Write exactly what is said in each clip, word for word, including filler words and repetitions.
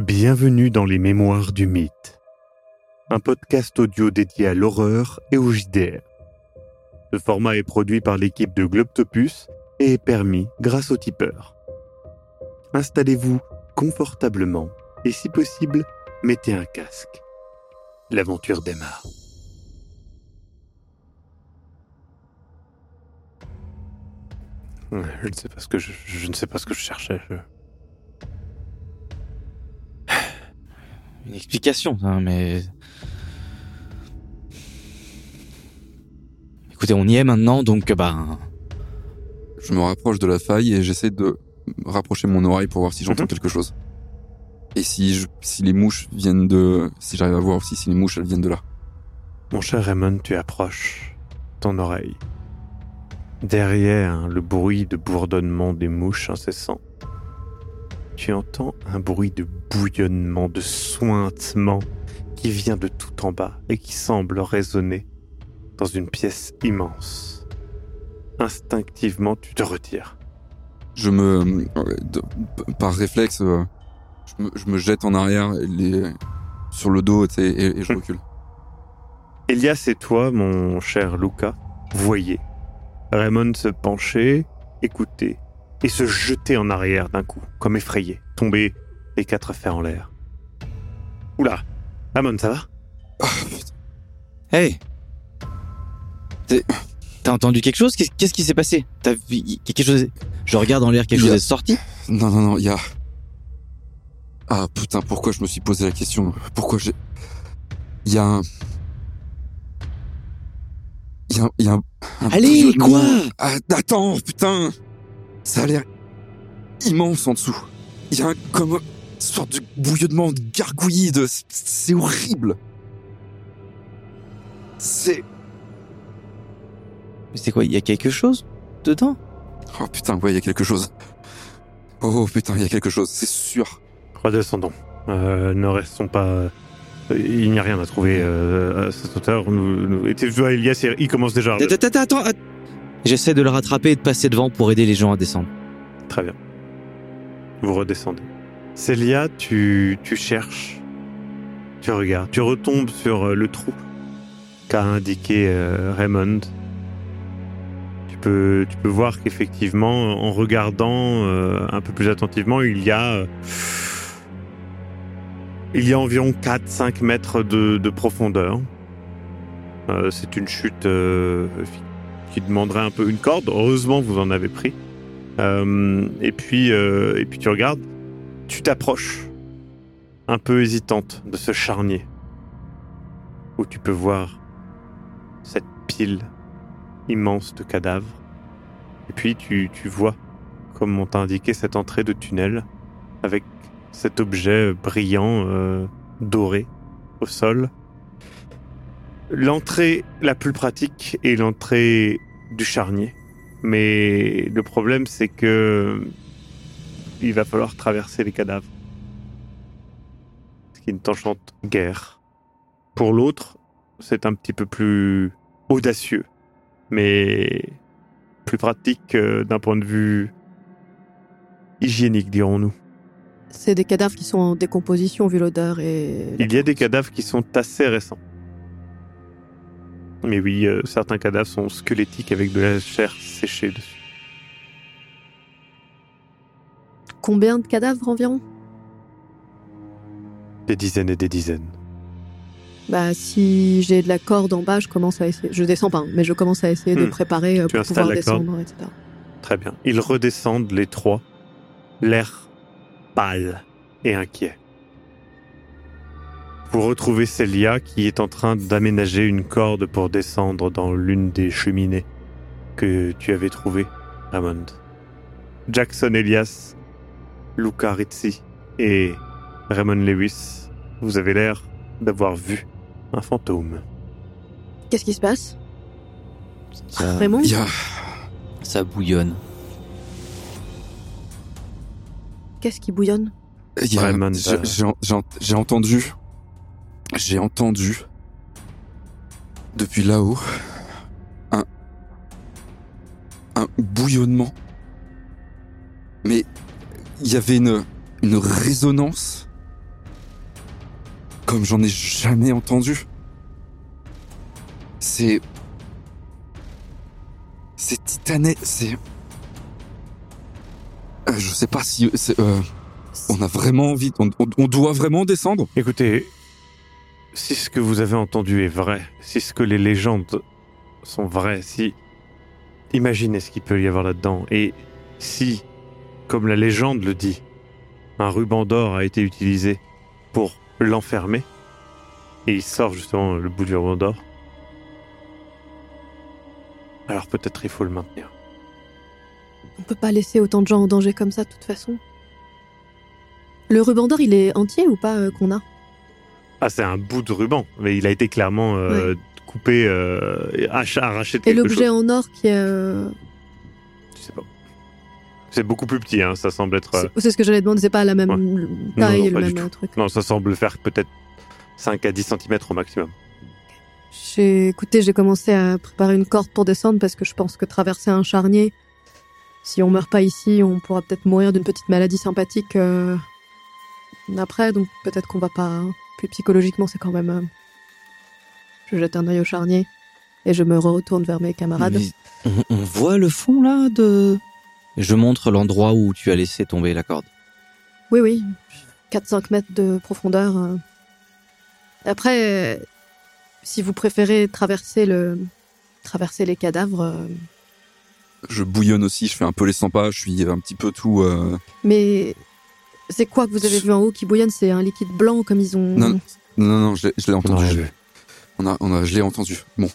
Bienvenue dans les Mémoires du Mythe, un podcast audio dédié à l'horreur et au J D R. Ce format est produit par l'équipe de Globtopus et est permis grâce au tipeur. Installez-vous confortablement et si possible, mettez un casque. L'aventure démarre. Je ne sais pas ce que je, je ne sais pas ce que je cherchais. Je... Une explication, hein, mais... Écoutez, on y est maintenant, donc bah... Je me rapproche de la faille et j'essaie de rapprocher mon oreille pour voir si j'entends Mhm. quelque chose. Et si, je, si les mouches viennent de... Si j'arrive à voir aussi si les mouches elles viennent de là. Mon cher Raymond, tu approches ton oreille. Derrière hein, le bruit de bourdonnement des mouches incessants, tu entends un bruit de bouillonnement, de suintement qui vient de tout en bas et qui semble résonner dans une pièce immense. Instinctivement, tu te retires. Je me... euh, de- par réflexe, euh, je, me, je me jette en arrière les, sur le dos tu sais, et, et je Mhm. recule. Elias et toi, mon cher Luca, voyez Raymond se pencher, écouter et se jeter en arrière d'un coup, comme effrayé, tomber les quatre fers en l'air. Oula, Raymond, ça va ? Ah, putain. Hey T'es- T'as entendu quelque chose ? Qu'est-ce qu'est-ce qui s'est passé ? T'as vu y- quelque chose... Je regarde en l'air, quelque Il y chose a- est sorti ? Non, non, non, il y a... Ah putain, pourquoi je me suis posé la question ? Pourquoi j'ai... Il y a un... Il y a un... Il y a un... un Allez, bouillonnement. quoi ? Ah, attends, putain. Ça a l'air immense en dessous. Il y a un, comme une sorte de bouillonnement de gargouillis, de... c'est- c'est horrible. C'est... Mais c'est quoi ? Il y a quelque chose dedans ? Oh putain, ouais, il y a quelque chose. Oh putain, il y a quelque chose, c'est sûr. Redescendons. Euh, ne restons pas... Il n'y a rien à trouver euh, à cette hauteur. Nous, nous... Et tu vois, Elias, il commence déjà... à- Attends, attends, attends, attends. J'essaie de le rattraper et de passer devant pour aider les gens à descendre. Très bien. Vous redescendez. Célia, tu, tu cherches, tu regardes, tu retombes sur euh, le trou qu'a indiqué euh, Raymond. Tu peux, tu peux voir qu'effectivement, en regardant euh, un peu plus attentivement, il y a, euh, il y a environ quatre à cinq mètres de, de profondeur. Euh, c'est une chute euh, qui demanderait un peu une corde. Heureusement, vous en avez pris. Euh, et puis, euh, et puis tu regardes, tu t'approches, un peu hésitante, de ce charnier, où tu peux voir cette pile immense de cadavres. Et puis tu, tu vois, comme on t'a indiqué, cette entrée de tunnel, avec cet objet brillant, euh, doré, au sol. L'entrée la plus pratique est l'entrée du charnier. Mais le problème, c'est que il va falloir traverser les cadavres. Ce qui ne t'enchante guère. Pour l'autre, c'est un petit peu plus audacieux, mais plus pratique euh, d'un point de vue hygiénique, dirons-nous. C'est des cadavres qui sont en décomposition vu l'odeur et... Il y a des cadavres qui sont assez récents. Mais oui, euh, certains cadavres sont squelettiques avec de la chair séchée dessus. Combien de cadavres environ ? Des dizaines et des dizaines. Bah si j'ai de la corde en bas, je commence à essayer... Je descends pas, hein, mais je commence à essayer de Hmm. préparer euh, Tu pour installes pouvoir la corde. descendre, et cetera. Très bien. Ils redescendent les trois, l'air pâle et inquiet. Vous retrouvez Célia qui est en train d'aménager une corde pour descendre dans l'une des cheminées que tu avais trouvées, Raymond. Jackson Elias, Luca Rizzi et Raymond Lewis, vous avez l'air d'avoir vu un fantôme. Qu'est-ce qui se passe ? Ça, Raymond ? Il y a... ça bouillonne. Qu'est-ce qui bouillonne ? il y a- Raymond, j'ai- euh, j'ai j'ai- j'ai entendu... J'ai entendu... Depuis là-haut... Un... Un bouillonnement. Mais... Il y avait une... Une résonance... comme j'en ai jamais entendu. C'est... C'est titané, c'est... Euh, je sais pas si... c'est, euh, on a vraiment envie... On, on, on doit vraiment descendre. Écoutez, si ce que vous avez entendu est vrai, si ce que les légendes sont vraies, si... Imaginez ce qu'il peut y avoir là-dedans. Et si, comme la légende le dit, un ruban d'or a été utilisé pour l'enfermer, et il sort justement le bout du ruban d'or, alors peut-être il faut le maintenir. On peut pas laisser autant de gens en danger comme ça, de toute façon. Le ruban d'or, il est entier ou pas, euh, qu'on a? Ah, c'est un bout de ruban, mais il a été clairement euh, Ouais. coupé, euh, et ach- arraché de Et quelque l'objet chose. en or qui est... euh, Je sais pas. C'est beaucoup plus petit, hein, ça semble être... euh, C'est c'est ce que j'allais demander, c'est pas la même Ouais. taille, Non, non, le pas du même tout. euh, truc. Non, ça semble faire peut-être cinq à dix centimètres au maximum. J'ai, écoutez, j'ai commencé à préparer une corde pour descendre parce que je pense que traverser un charnier, si on meurt pas ici, on pourra peut-être mourir d'une petite maladie sympathique euh, après, donc peut-être qu'on va pas. hein. Puis psychologiquement, c'est quand même. euh, Je jette un œil au charnier et je me retourne vers mes camarades. Mais on, on voit le fond là de... Je montre l'endroit où tu as laissé tomber la corde. Oui, oui, quatre à cinq mètres de profondeur. euh. Après, euh, si vous préférez traverser le, traverser les cadavres. euh, Je bouillonne aussi, je fais un peu les cent pas, je suis un petit peu tout... euh, Mais c'est quoi que vous avez vu en haut qui bouillonne? C'est un liquide blanc comme ils ont... Non, non, non, non, je l'ai, je l'ai entendu. Ouais, je, ouais. on a, on a, je l'ai entendu. Bon.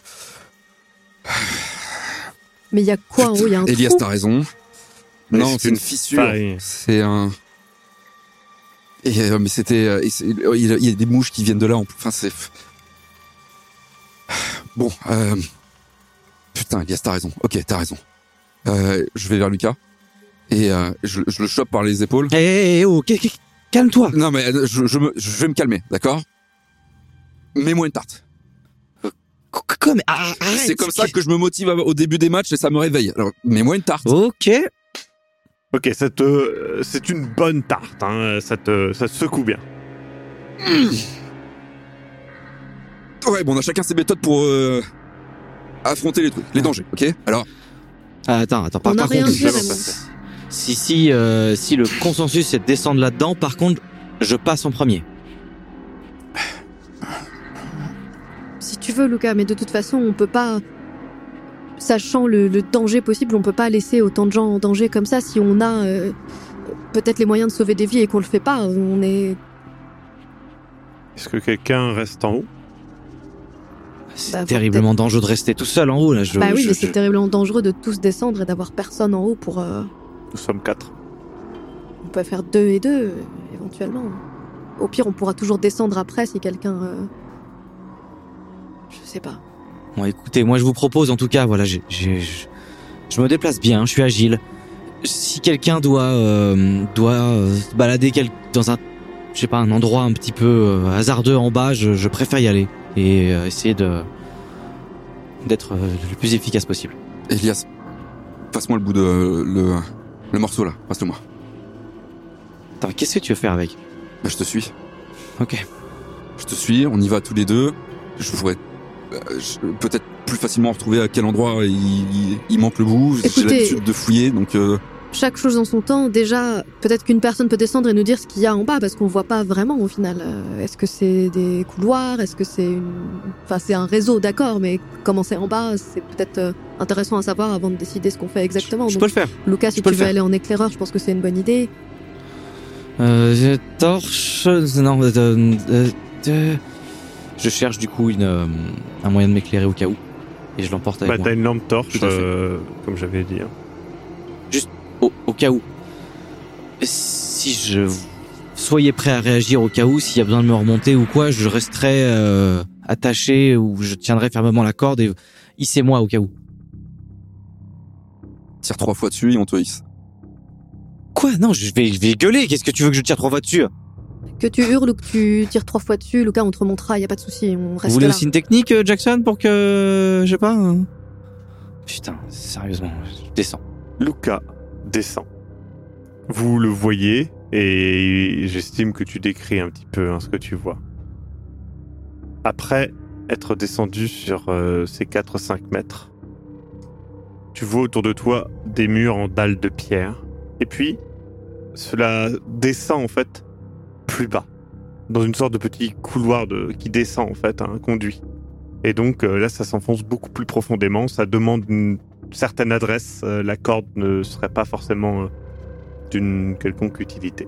Mais il y a quoi en haut? Il y a un Elias, trou. t'as raison. Mais Non, c'est c'est une une fissure. faille. C'est un... Et, euh, mais c'était... euh, et c'est- il y a- il y a des mouches qui viennent de là. en- Enfin, c'est... Bon, euh... Putain, Elias, t'as raison. Ok, t'as raison. Euh, je vais vers Lucas. Et euh, je, je le chope par les épaules. Hé, hé, hé, oh, qu'est- qu'est- calme-toi. Non, mais euh, je, je, me, je vais me calmer, d'accord? Mets-moi une tarte. Comme... ah, arrête, C'est comme ça que je me motive au début des matchs et ça me réveille. Alors, mets-moi une tarte. Ok. Ok, ça te, euh, c'est une bonne tarte, hein, ça, te, ça te secoue bien. Ouais, bon, on a chacun ses méthodes pour euh, affronter les trucs, les dangers, ok? Alors, Ah, attends, attends. Par, On a par rien contre, dit, je- Raymond. si, si, euh, si le consensus c'est de descendre là-dedans, par contre, je passe en premier. Si tu veux, Lucas, mais de toute façon, on peut pas... Sachant le, le danger possible, on peut pas laisser autant de gens en danger comme ça. Si on a euh, peut-être les moyens de sauver des vies et qu'on le fait pas, on est... Est-ce que quelqu'un reste en haut? C'est Bah, faut terriblement dangereux de rester tout seul en haut là. Je, bah oui, je- mais je- c'est terriblement dangereux de tous descendre et d'avoir personne en haut pour... euh, Nous sommes quatre. On peut faire deux et deux, euh, éventuellement. Au pire, on pourra toujours descendre après si quelqu'un... euh, Je sais pas. Bon, écoutez, moi je vous propose en tout cas, voilà, j'ai, j'ai, je, je me déplace bien, je suis agile. Si quelqu'un doit euh, doit euh, se balader quel, dans un, je sais pas, un endroit un petit peu euh, hasardeux en bas, je, je préfère y aller et euh, essayer de d'être euh, le plus efficace possible. Elias, passe-moi le bout de... le, le morceau là, passe-le-moi. Attends, qu'est-ce que tu veux faire avec? Bah, je te suis. Ok. Je te suis, on y va tous les deux. Je pourrais euh, je- peut-être plus facilement retrouver à quel endroit il, il, il manque le bout. J'ai Écoutez- l'habitude de fouiller, donc... Euh, Chaque chose en son temps, déjà, peut-être qu'une personne peut descendre et nous dire ce qu'il y a en bas, parce qu'on voit pas vraiment au final. Euh, Est-ce que c'est des couloirs? Est-ce que c'est une... Enfin, c'est un réseau, d'accord, mais comment c'est en bas, c'est peut-être euh, intéressant à savoir avant de décider ce qu'on fait exactement. Je Donc, peux le faire. Lucas, si je peux tu le veux faire. aller en éclaireur, je pense que c'est une bonne idée. Euh, j'ai torche, non, euh, euh, euh, je cherche du coup une, euh, un moyen de m'éclairer au cas où et je l'emporte avec Bah, moi. t'as une lampe torche, Tout à fait. euh, comme j'avais dit. hein. Au, au cas où. Si je... Soyez prêts à réagir au cas où, s'il y a besoin de me remonter ou quoi, je resterai euh, attaché ou je tiendrai fermement la corde et hissez-moi au cas où. tire trois fois dessus et on te hisse. Quoi? Non, je vais, je vais gueuler. Qu'est-ce que tu veux que je tire trois fois dessus? Que tu hurles ou que tu tires trois fois dessus, Lucas, on te remontera, y a pas de souci, on Vous reste voulez là. aussi une technique, euh, Jackson, pour que... Je sais pas... hein Putain, sérieusement, je descends. Lucas descend. Vous le voyez et j'estime que tu décris un petit peu hein, ce que tu vois. après être descendu sur euh, ces quatre à cinq mètres, tu vois autour de toi des murs en dalles de pierre. Et puis, cela descend en fait plus bas, dans une sorte de petit couloir de, qui descend en fait, un conduit. Et donc euh, là, ça s'enfonce beaucoup plus profondément, ça demande une certaine adresse, euh, la corde ne serait pas forcément euh, d'une quelconque utilité.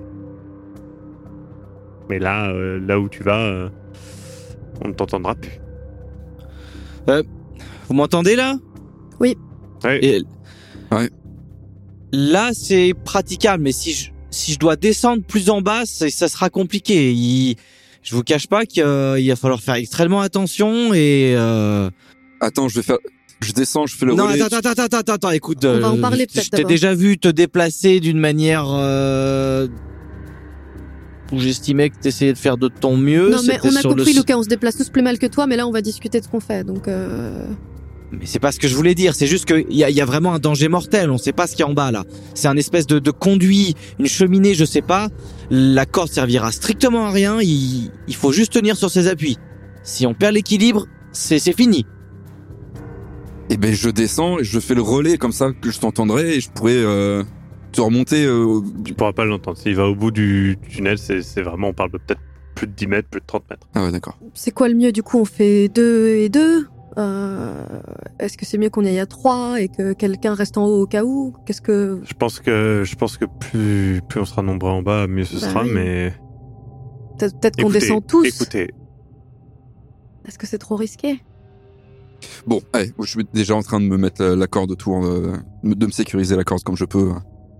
Mais là, euh, là où tu vas, euh, on ne t'entendra plus. Euh, vous m'entendez là ? Oui. Ouais. Et... Ouais. Là, c'est praticable, mais si je, si je dois descendre plus en bas, ça, ça sera compliqué. Il, je vous cache pas qu'il euh, va falloir faire extrêmement attention et... Euh... Attends, je vais faire... Je descends, je fais le non, relais. attends, attends, attends, attends, attends, écoute... On va en parler je, peut-être je t'ai d'abord. déjà vu te déplacer d'une manière... Euh... où j'estimais que t'essayais de faire de ton mieux. Non, mais C'était on a sur compris, le... Lucas, on se déplace tous plus mal que toi, mais là, on va discuter de ce qu'on fait, donc... Euh... Mais c'est pas ce que je voulais dire, c'est juste qu'il y a, y a vraiment un danger mortel, on sait pas ce qu'il y a en bas là. C'est un espèce de, de conduit, une cheminée, je sais pas. La corde servira strictement à rien, il, il faut juste tenir sur ses appuis. Si on perd l'équilibre, c'est, c'est fini. Eh ben, je descends et je fais le relais comme ça que je t'entendrai et je pourrais euh, te remonter. Euh... Tu pourras pas l'entendre. S'il va au bout du tunnel, c'est, c'est vraiment, on parle de peut-être plus de dix mètres, plus de trente mètres. Ah ouais, d'accord. C'est quoi le mieux, du coup? On fait deux et deux? Euh, est-ce que c'est mieux qu'on y aille à trois et que quelqu'un reste en haut au cas où? Qu'est-ce que... Je pense que, je pense que plus, plus on sera nombreux en bas, mieux ce Bah sera, oui. mais... Peut-être, peut-être qu'on Écoutez, descend tous. Écoutez, Est-ce que c'est trop risqué? Bon, allez, je suis déjà en train de me mettre la, la corde autour, euh, de me sécuriser la corde comme je peux.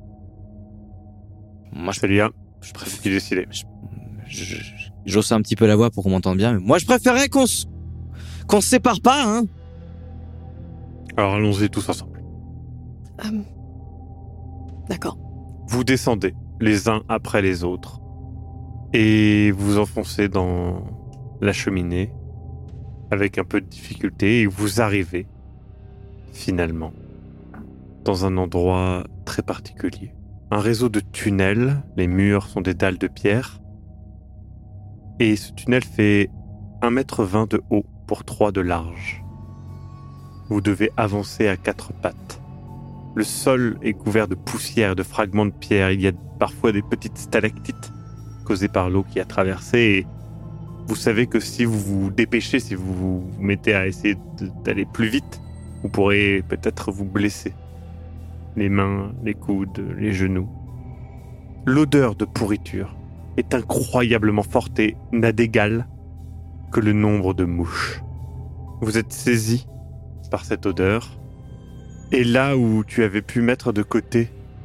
Moi, je, Célia, je c'est préfère... qui décidait. Je, je, je, j'ose un petit peu la voix pour qu'on m'entende bien, mais moi je préférais qu'on se, qu'on se sépare pas, hein. Alors allons-y tous ensemble. Euh, D'accord. Vous descendez les uns après les autres et vous enfoncez dans la cheminée avec un peu de difficulté et vous arrivez finalement dans un endroit très particulier. Un réseau de tunnels, les murs sont des dalles de pierre et ce tunnel fait un mètre vingt de haut pour trois de large. Vous devez avancer à quatre pattes. Le sol est couvert de poussière et de fragments de pierre. Il y a parfois des petites stalactites causées par l'eau qui a traversé. Et vous savez que si vous vous dépêchez, si vous vous mettez à essayer de, d'aller plus vite, vous pourrez peut-être vous blesser. Les mains, les coudes, les genoux. L'odeur de pourriture est incroyablement forte et n'a d'égal que le nombre de mouches. Vous êtes saisi par cette odeur. Et là où tu avais pu mettre de côté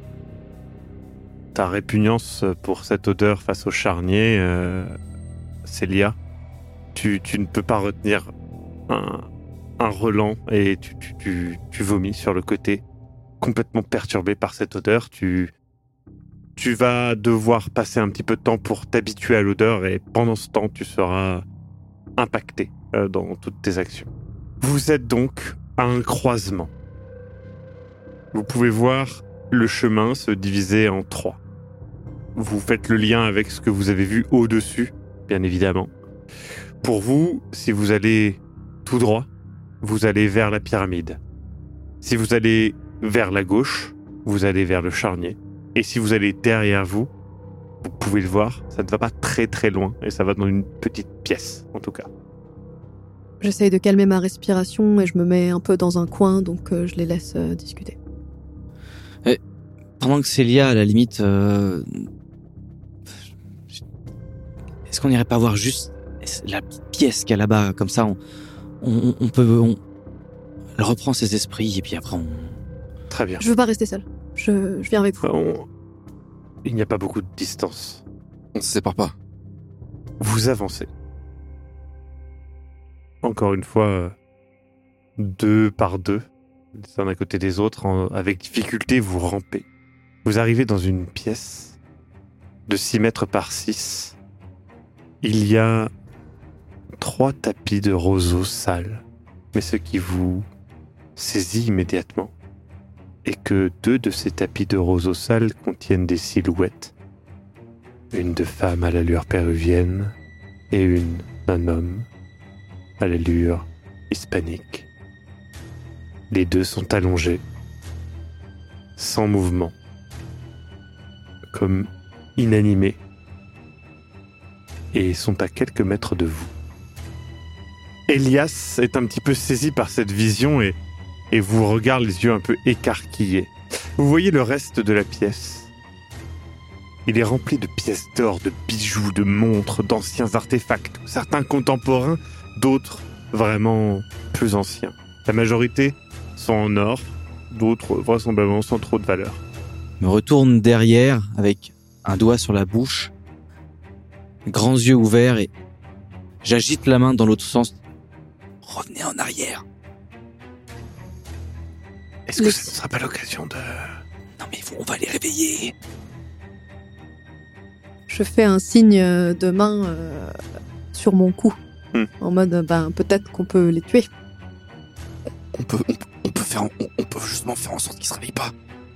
ta répugnance pour cette odeur face au charnier, euh, Célia, tu, tu ne peux pas retenir un, un relent et tu, tu, tu, tu vomis sur le côté, complètement perturbé par cette odeur. Tu, tu vas devoir passer un petit peu de temps pour t'habituer à l'odeur et pendant ce temps, tu seras impacté euh, dans toutes tes actions. Vous êtes donc à un croisement. Vous pouvez voir le chemin se diviser en trois. Vous faites le lien avec ce que vous avez vu au-dessus, bien évidemment. Pour vous, si vous allez tout droit, vous allez vers la pyramide. Si vous allez vers la gauche, vous allez vers le charnier. Et si vous allez derrière vous, vous pouvez le voir, ça ne va pas très très loin et ça va dans une petite pièce, en tout cas. J'essaye de calmer ma respiration et je me mets un peu dans un coin, donc euh, je les laisse euh, discuter. Et pendant que Célia, à la limite, euh... est-ce qu'on n'irait pas voir juste la petite pièce qu'il y a là-bas, comme ça, on, on, on peut, on... elle reprend ses esprits et puis après on. Très bien. Je veux pas rester seule. Je, je viens avec vous. On... Il n'y a pas beaucoup de distance. On se sépare pas. Vous avancez. Encore une fois, deux par deux, les uns à côté des autres, en, avec difficulté, vous rampez. Vous arrivez dans une pièce de six mètres par six. Il y a trois tapis de roseaux sales, mais ce qui vous saisit immédiatement est que deux de ces tapis de roseaux sales contiennent des silhouettes. Une de femme à l'allure péruvienne et une d'un homme à l'allure hispanique. Les deux sont allongés, sans mouvement, comme inanimés, et sont à quelques mètres de vous. Elias est un petit peu saisi par cette vision et, et vous regarde les yeux un peu écarquillés. Vous voyez le reste de la pièce. Il est rempli de pièces d'or, de bijoux, de montres, d'anciens artefacts, certains contemporains, d'autres vraiment plus anciens. La majorité sont en or, d'autres vraisemblablement sans trop de valeur. Je me retourne derrière avec un doigt sur la bouche, grands yeux ouverts et j'agite la main dans l'autre sens. Revenez en arrière. Est-ce que ce ne sera pas l'occasion de... Non mais on va les réveiller. Je fais un signe de main euh, sur mon cou, hmm. en mode, ben peut-être qu'on peut les tuer. On peut, on, on peut faire, on, on peut justement faire en sorte qu'ils se réveillent pas.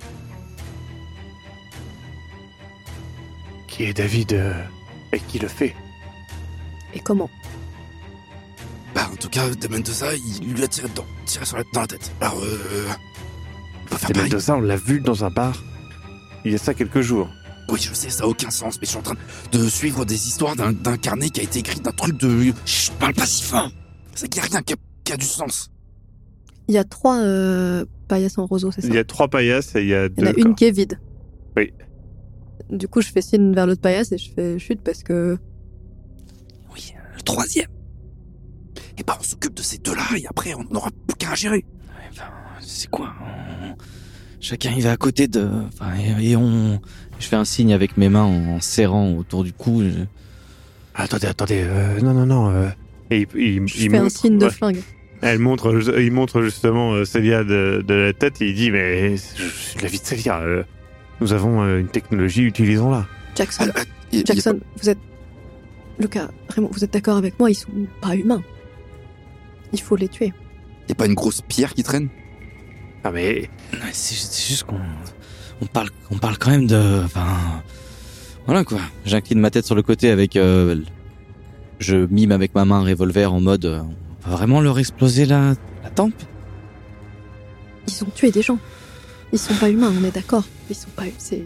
Qui est David euh, et qui le fait? Et comment? Bah en tout cas, de Mendoza, il lui a tiré dedans, tiré sur la, dans la tête. Alors, euh, on peut faire Et pareil. Mendoza, on l'a vu dans un bar il y a ça quelques jours. Oui, je sais, ça a aucun sens, mais je suis en train de suivre des histoires d'un, d'un carnet qui a été écrit, d'un truc de... Chut, parle pas si fort. C'est qu'il n'y a rien qui a, qui a du sens. Il y a trois euh, paillasses en roseau, c'est ça? Il y a trois paillasses et il y a Il deux y en a une corps. qui est vide. Oui. Du coup, je fais signe vers l'autre paillasse et je fais chute parce que... Oui, le troisième. Et bah on s'occupe de ces deux-là et après on n'aura plus qu'à gérer. Enfin, c'est quoi on... Chacun il va à côté de... Enfin, et, et on... Je fais un signe avec mes mains en, en serrant autour du cou. Je... Attendez, attendez, euh, non, non, non. Euh... Et il, il, Je il fais un montre, signe de ouais. flingue. Elle montre, il montre justement euh, Célia de, de la tête et il dit, mais je suis de la vie de Célia. Euh, nous avons euh, une technologie, utilisons-la. Jackson, Ah, ah, il- il- Jackson, vous êtes... Lucas, Raymond, vous êtes d'accord avec moi? Ils sont pas humains. Il faut les tuer. Y a pas une grosse pierre qui traîne? Ah mais... C'est, c'est juste qu'on... On parle, on parle quand même de... Enfin... Voilà quoi. J'incline ma tête sur le côté avec... Euh, je mime avec ma main un revolver en mode... Euh, on va vraiment leur exploser la, la tempe? Ils ont tué des gens. Ils sont pas humains, on est d'accord. Ils sont pas... C'est...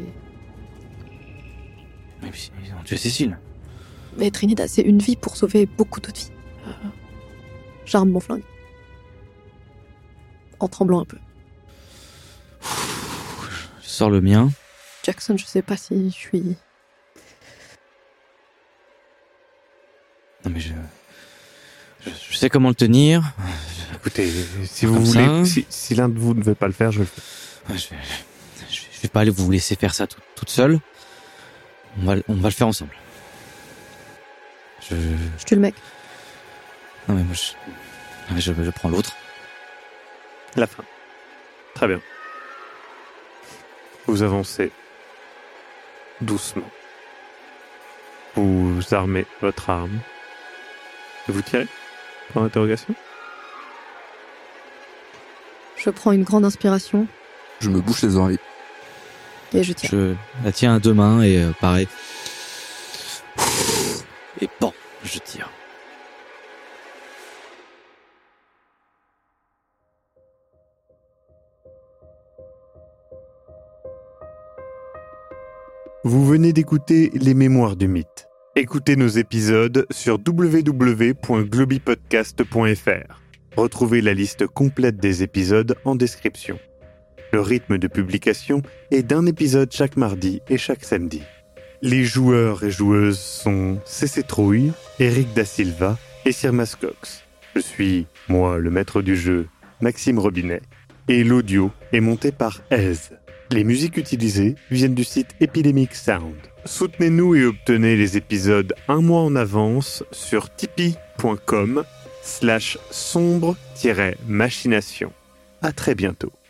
Mais puis, ils ont tué Cécile. Mais Trinidad, c'est une vie pour sauver beaucoup d'autres vies. Euh, J'arme mon flingue. En tremblant un peu. Je sors le mien. Jackson, je sais pas si je suis... Non mais je... Je, je sais comment le tenir. Écoutez, si vous Comme voulez, ça. si, si l'un de vous ne veut pas le faire, je le fais. Ouais, je, vais, je, je vais pas aller vous laisser faire ça tout, toute seule. On va, on va le faire ensemble. Je... Je tue le mec. Non mais moi je... non, mais je, je prends l'autre. La fin. Très bien. Vous avancez doucement. Vous armez votre arme. Et vous tirez? Pour l'interrogation? Je prends une grande inspiration Je me bouche les oreilles. et je tire. Je la tiens à deux mains et euh, pareil. Et bon, je tire. Vous venez d'écouter Les Mémoires du Mythe. Écoutez nos épisodes sur w w w point globipodcast point f r. Retrouvez la liste complète des épisodes en description. Le rythme de publication est d'un épisode chaque mardi et chaque samedi. Les joueurs et joueuses sont C C Trouille, Eric Da Silva et Sirmas Cox. Je suis, moi, le maître du jeu, Maxime Robinet, et l'audio est monté par Aise. Les musiques utilisées viennent du site Epidemic Sound. Soutenez-nous et obtenez les épisodes un mois en avance sur tipeee.com slash sombre-machination. À très bientôt.